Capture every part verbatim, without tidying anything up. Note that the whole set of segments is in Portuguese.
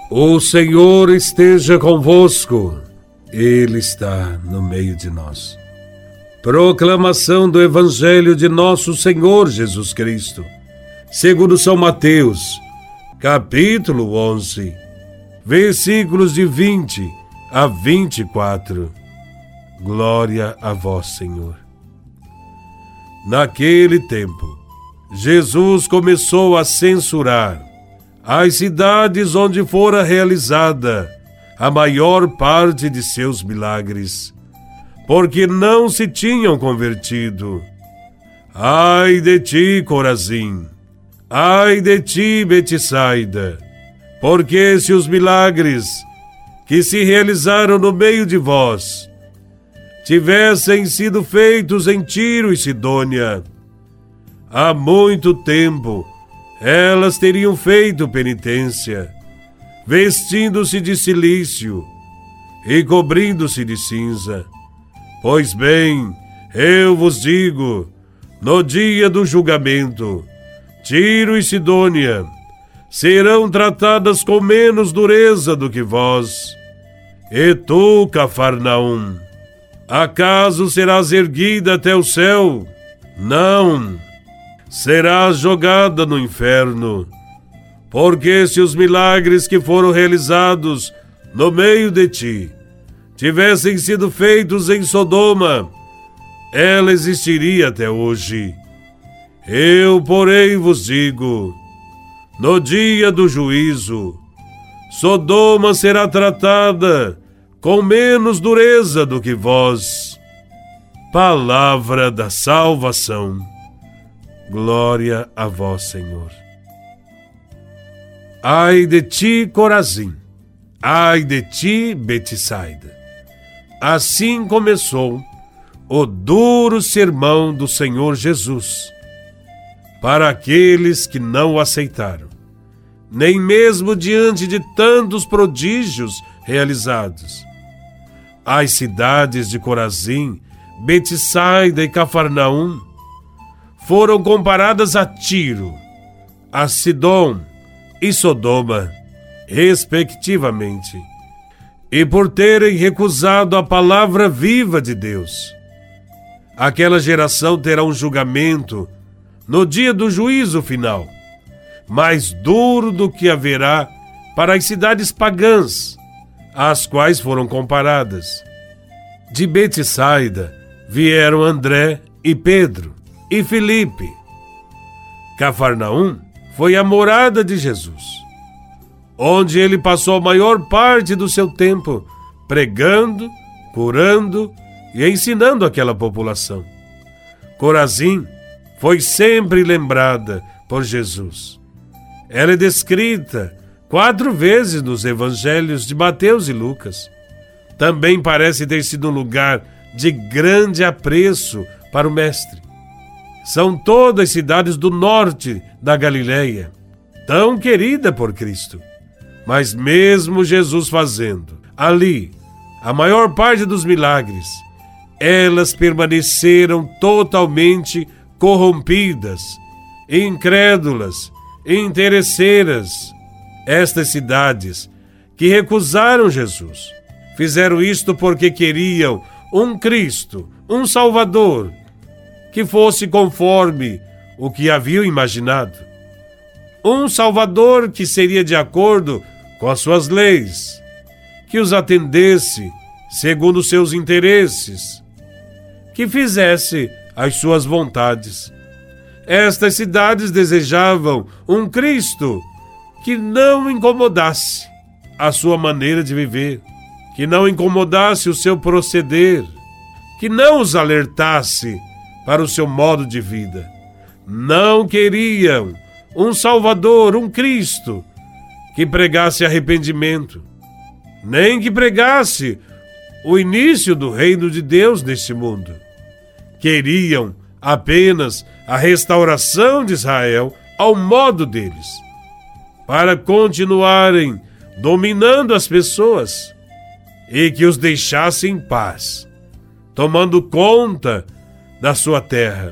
O Senhor esteja convosco, Ele está no meio de nós. Proclamação do Evangelho de Nosso Senhor Jesus Cristo, segundo São Mateus, capítulo onze, versículos de vinte a vinte e quatro. Glória a vós, Senhor. Naquele tempo, Jesus começou a censurar as cidades onde fora realizada a maior parte de seus milagres, porque não se tinham convertido. Ai de ti, Corazim! Ai de ti, Betsaida! Porque se os milagres que se realizaram no meio de vós tivessem sido feitos em Tiro e Sidônia, há muito tempo elas teriam feito penitência, vestindo-se de cilício e cobrindo-se de cinza. Pois bem, eu vos digo, no dia do julgamento, Tiro e Sidônia serão tratadas com menos dureza do que vós. E tu, Cafarnaum, acaso serás erguida até o céu? Não! Serás jogada no inferno, porque se os milagres que foram realizados no meio de ti tivessem sido feitos em Sodoma, ela existiria até hoje. Eu, porém, vos digo, no dia do juízo, Sodoma será tratada com menos dureza do que vós. Palavra da salvação. Glória a vós, Senhor. Ai de ti, Corazim! Ai de ti, Betsaida! Assim começou o duro sermão do Senhor Jesus para aqueles que não o aceitaram, nem mesmo diante de tantos prodígios realizados. As cidades de Corazim, Betsaida e Cafarnaum foram comparadas a Tiro, a Sidom e Sodoma, respectivamente, e por terem recusado a palavra viva de Deus. Aquela geração terá um julgamento no dia do juízo final, mais duro do que haverá para as cidades pagãs, às quais foram comparadas. De Betsaida vieram André e Pedro e Filipe. Cafarnaum foi a morada de Jesus, onde ele passou a maior parte do seu tempo pregando, curando e ensinando aquela população. Corazim foi sempre lembrada por Jesus. Ela é descrita quatro vezes nos evangelhos de Mateus e Lucas. Também parece ter sido um lugar de grande apreço para o Mestre. São todas cidades do norte da Galileia, tão querida por Cristo. Mas mesmo Jesus fazendo ali a maior parte dos milagres, elas permaneceram totalmente corrompidas, incrédulas, interesseiras. Estas cidades que recusaram Jesus fizeram isto porque queriam um Cristo, um Salvador, que fosse conforme o que haviam imaginado. Um Salvador que seria de acordo com as suas leis, que os atendesse segundo os seus interesses, que fizesse as suas vontades. Estas cidades desejavam um Cristo que não incomodasse a sua maneira de viver, que não incomodasse o seu proceder, que não os alertasse para o seu modo de vida. Não queriam um Salvador, um Cristo, que pregasse arrependimento, nem que pregasse o início do reino de Deus neste mundo. Queriam apenas a restauração de Israel ao modo deles, para continuarem dominando as pessoas e que os deixasse em paz, tomando conta da sua terra.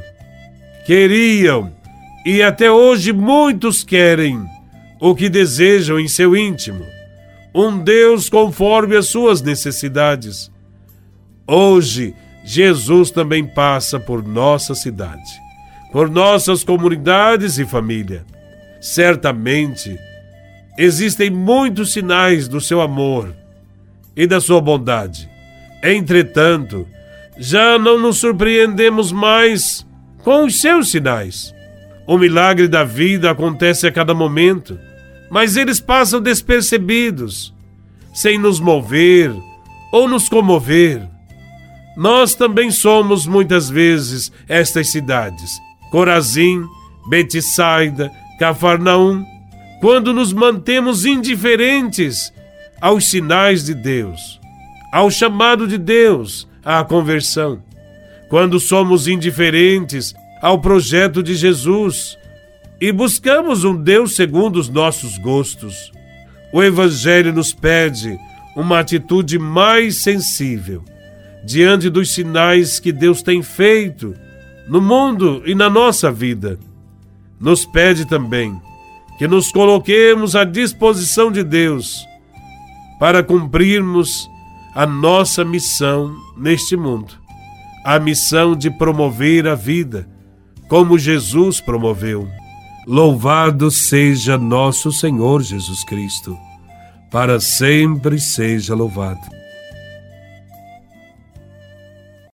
Queriam, e até hoje muitos querem, o que desejam em seu íntimo, um Deus conforme as suas necessidades. Hoje, Jesus também passa por nossa cidade, por nossas comunidades e família. Certamente, existem muitos sinais do seu amor e da sua bondade. Entretanto, já não nos surpreendemos mais com os seus sinais. O milagre da vida acontece a cada momento, mas eles passam despercebidos, sem nos mover ou nos comover. Nós também somos muitas vezes estas cidades, Corazim, Betsaida, Cafarnaum, quando nos mantemos indiferentes aos sinais de Deus, ao chamado de Deus à conversão, quando somos indiferentes ao projeto de Jesus e buscamos um Deus segundo os nossos gostos. O Evangelho nos pede uma atitude mais sensível diante dos sinais que Deus tem feito no mundo e na nossa vida. Nos pede também que nos coloquemos à disposição de Deus para cumprirmos a nossa missão neste mundo, a missão de promover a vida, como Jesus promoveu. Louvado seja nosso Senhor Jesus Cristo, para sempre seja louvado.